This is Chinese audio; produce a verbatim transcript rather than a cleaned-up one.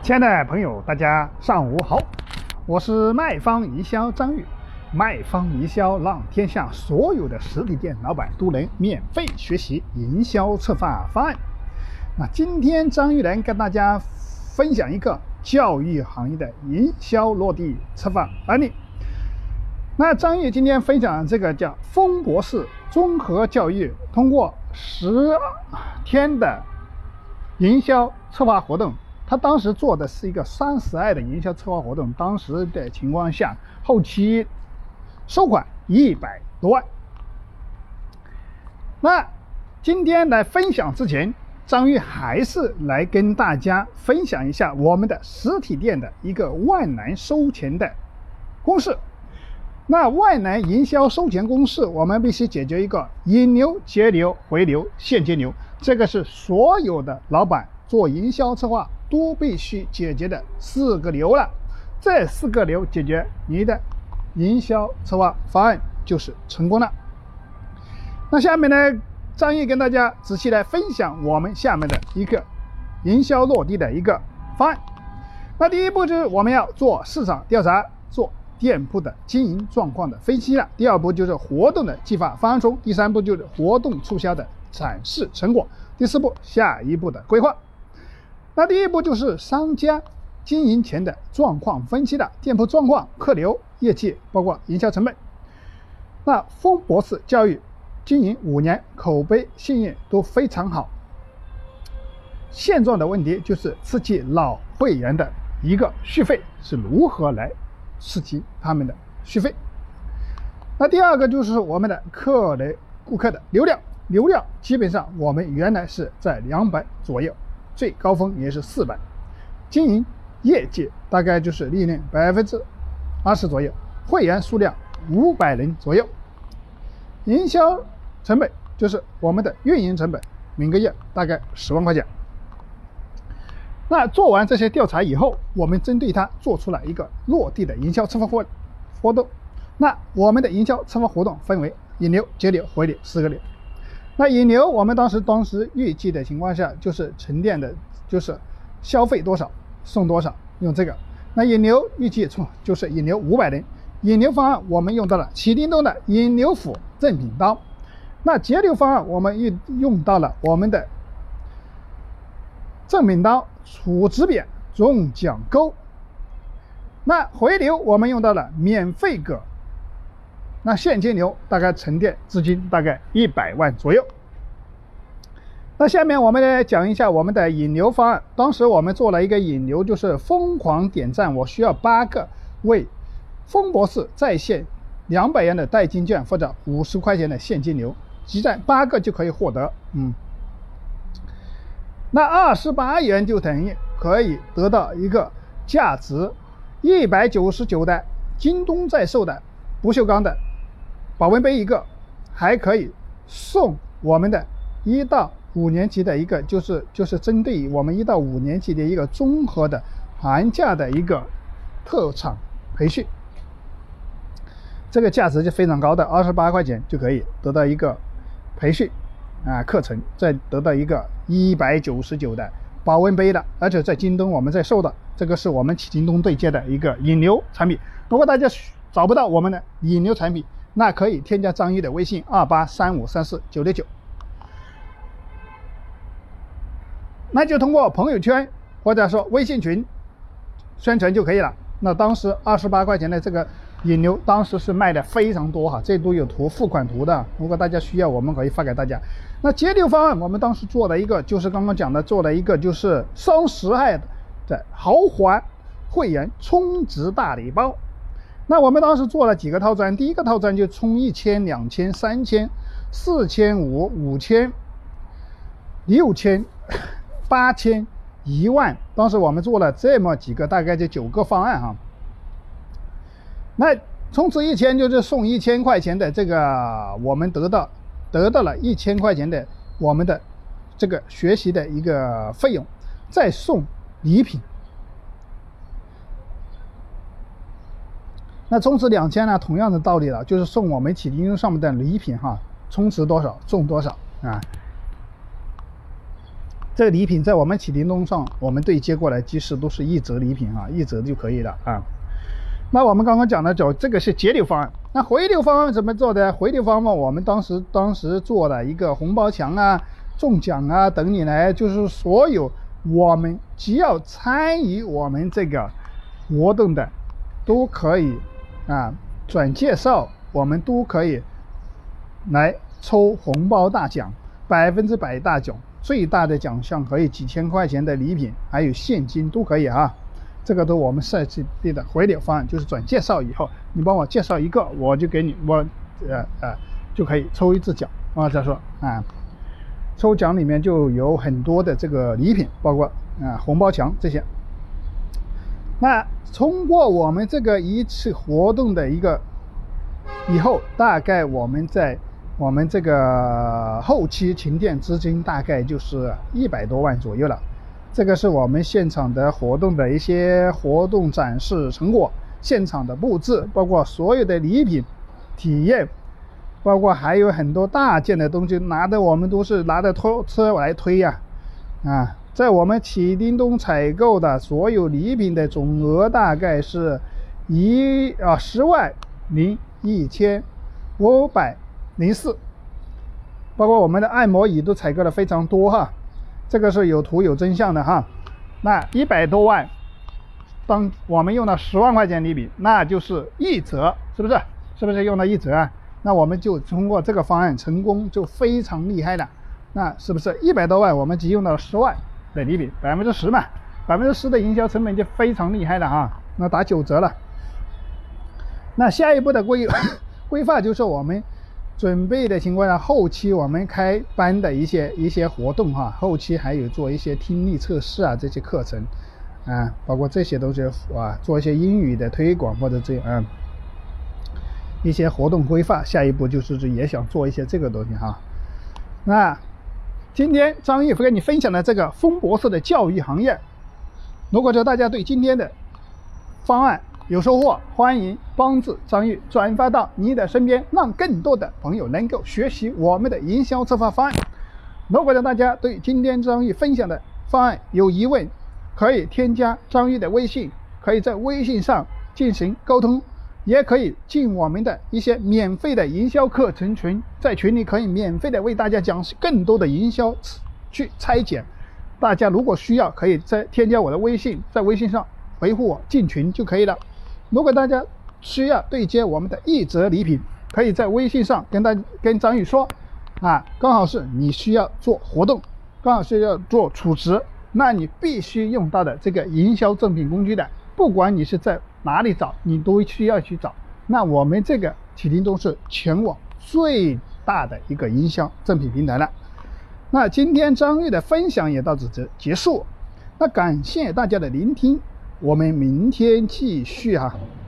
亲爱的朋友，大家上午好，我是卖方营销张玉。卖方营销让天下所有的实体店老板都能免费学习营销策划方案。那今天张玉来跟大家分享一个教育行业的营销落地策划案例。那张玉今天分享这个叫风博士综合教育，通过十天的营销策划活动。他当时做的是一个三十二的营销策划活动，当时的情况下，后期收款一百多万。那今天来分享之前，张玉还是来跟大家分享一下我们的实体店的一个万难收钱的公式。那万难营销收钱公式，我们必须解决一个引流、节流、回流、现金流，这个是所有的老板做营销策划都必须解决的四个流了。这四个流解决，你的营销策划方案就是成功了。那下面呢，张玉跟大家仔细来分享我们下面的一个营销落地的一个方案。那第一步就是我们要做市场调查，做店铺的经营状况的分析了。第二步就是活动的计划方案中，第三步就是活动促销的展示成果，第四步下一步的规划。那第一步就是商家经营前的状况分析了，店铺状况、客流、业绩，包括营销成本。那风博士教育经营五年，口碑信誉都非常好。现状的问题就是刺激老会员的一个续费，是如何来刺激他们的续费。那第二个就是我们的客人顾客的流量，流量基本上我们原来是在两百左右，最高峰也是四百。经营业绩大概就是利润百分之二十左右，会员数量五百人左右。营销成本就是我们的运营成本，每个月大概十万块钱。那做完这些调查以后，我们针对它做出了一个落地的营销策划活活动。那我们的营销策划活动分为引流、节流、回流四个流。那引流我们当时当时预计的情况下，就是沉淀的就是消费多少送多少，用这个。那引流预计从就是引流五百人，引流方案我们用到了启叮咚的引流府赠品刀。那节流方案我们用用到了我们的赠品刀、储值匾、中奖钩。那回流我们用到了免费葛。那现金流大概沉淀资金大概一百万左右。那下面我们来讲一下我们的引流方案。当时我们做了一个引流，就是疯狂点赞，我需要八个为风博士在线两百元的代金券或者五十块钱的现金流，集赞八个就可以获得。嗯，那二十八元就等于可以得到一个价值一百九十九的京东在售的不锈钢的保温杯一个，还可以送我们的一到五年级的一个，就是就是针对我们一到五年级的一个综合的寒假的一个特长培训，这个价值就非常高的，二十八块钱就可以得到一个培训啊课程，再得到一个一百九十九的保温杯的，而且在京东我们在售的，这个是我们京东对接的一个引流产品。如果大家找不到我们的引流产品，那可以添加张玉的微信二八三五三四九六九，那就通过朋友圈或者说微信群宣传就可以了。那当时二十八块钱的这个引流，当时是卖的非常多哈，这都有图付款图的，如果大家需要我们可以发给大家。那节流方案我们当时做了一个，就是刚刚讲的做了一个就是双十二的豪华会员充值大礼包。那我们当时做了几个套餐，第一个套餐就充一千、两千、三千、四千五、五千、六千、八千、一万。当时我们做了这么几个，大概就九个方案哈。那充值一千就是送一千块钱的这个，我们得到得到了一千块钱的我们的这个学习的一个费用，再送礼品。那充值两千呢，同样的道理了，就是送我们启叮咚上面的礼品哈，充值多少送多少啊。 这个礼品在我们启灵东上，我们对接过来，即使都是一折礼品啊，一折就可以了啊。那我们刚刚讲的就这个是节流方案，那回流方案怎么做的？回流方案我们当时当时做了一个红包墙啊、中奖啊等你来，就是所有我们只要参与我们这个活动的，都可以啊转介绍，我们都可以来抽红包大奖，百分之百大奖，最大的奖项可以几千块钱的礼品，还有现金都可以啊。这个都我们设计的回流方案，就是转介绍以后，你帮我介绍一个，我就给你我呃呃就可以抽一次奖啊。再说啊，抽奖里面就有很多的这个礼品，包括啊红包墙这些。那通过我们这个一次活动的一个以后，大概我们在我们这个后期沉淀资金大概就是一百多万左右了。这个是我们现场的活动的一些活动展示成果，现场的布置，包括所有的礼品体验，包括还有很多大件的东西，拿的我们都是拿着拖车来推呀、啊，啊，在我们启灵东采购的所有礼品的总额大概是一啊十万零一千五百零四，包括我们的按摩椅都采购了非常多哈。这个是有图有真相的哈。那一百多万，当我们用了十万块钱礼品，那就是一折，是不是？是不是用了一折啊？那我们就通过这个方案成功，就非常厉害了。那是不是一百多万，我们只用到十万的礼品，百分之十嘛？百分之十的营销成本就非常厉害了哈。那打九折了。那下一步的规规划就是我们准备的情况下，后期我们开班的一些一些活动哈，后期还有做一些听力测试啊，这些课程啊，包括这些东西啊，做一些英语的推广或者这样、啊、一些活动规划。下一步就是也想做一些这个东西哈。那今天张毅跟你分享的这个风博士的教育行业，如果说大家对今天的方案有收获，欢迎帮助张玉转发到你的身边，让更多的朋友能够学习我们的营销策划方案。如果让大家对今天张玉分享的方案有疑问，可以添加张玉的微信，可以在微信上进行沟通，也可以进我们的一些免费的营销课程群，在群里可以免费的为大家讲更多的营销去拆解。大家如果需要，可以再添加我的微信，在微信上回复我进群就可以了。如果大家需要对接我们的一折礼品，可以在微信上跟大跟张宇说啊，刚好是你需要做活动，刚好是要做储值，那你必须用到的这个营销赠品工具的，不管你是在哪里找，你都需要去找。那我们这个启灵东是全网最大的一个营销赠品平台了。那今天张玉的分享也到此结束，那感谢大家的聆听，我们明天继续哈、啊。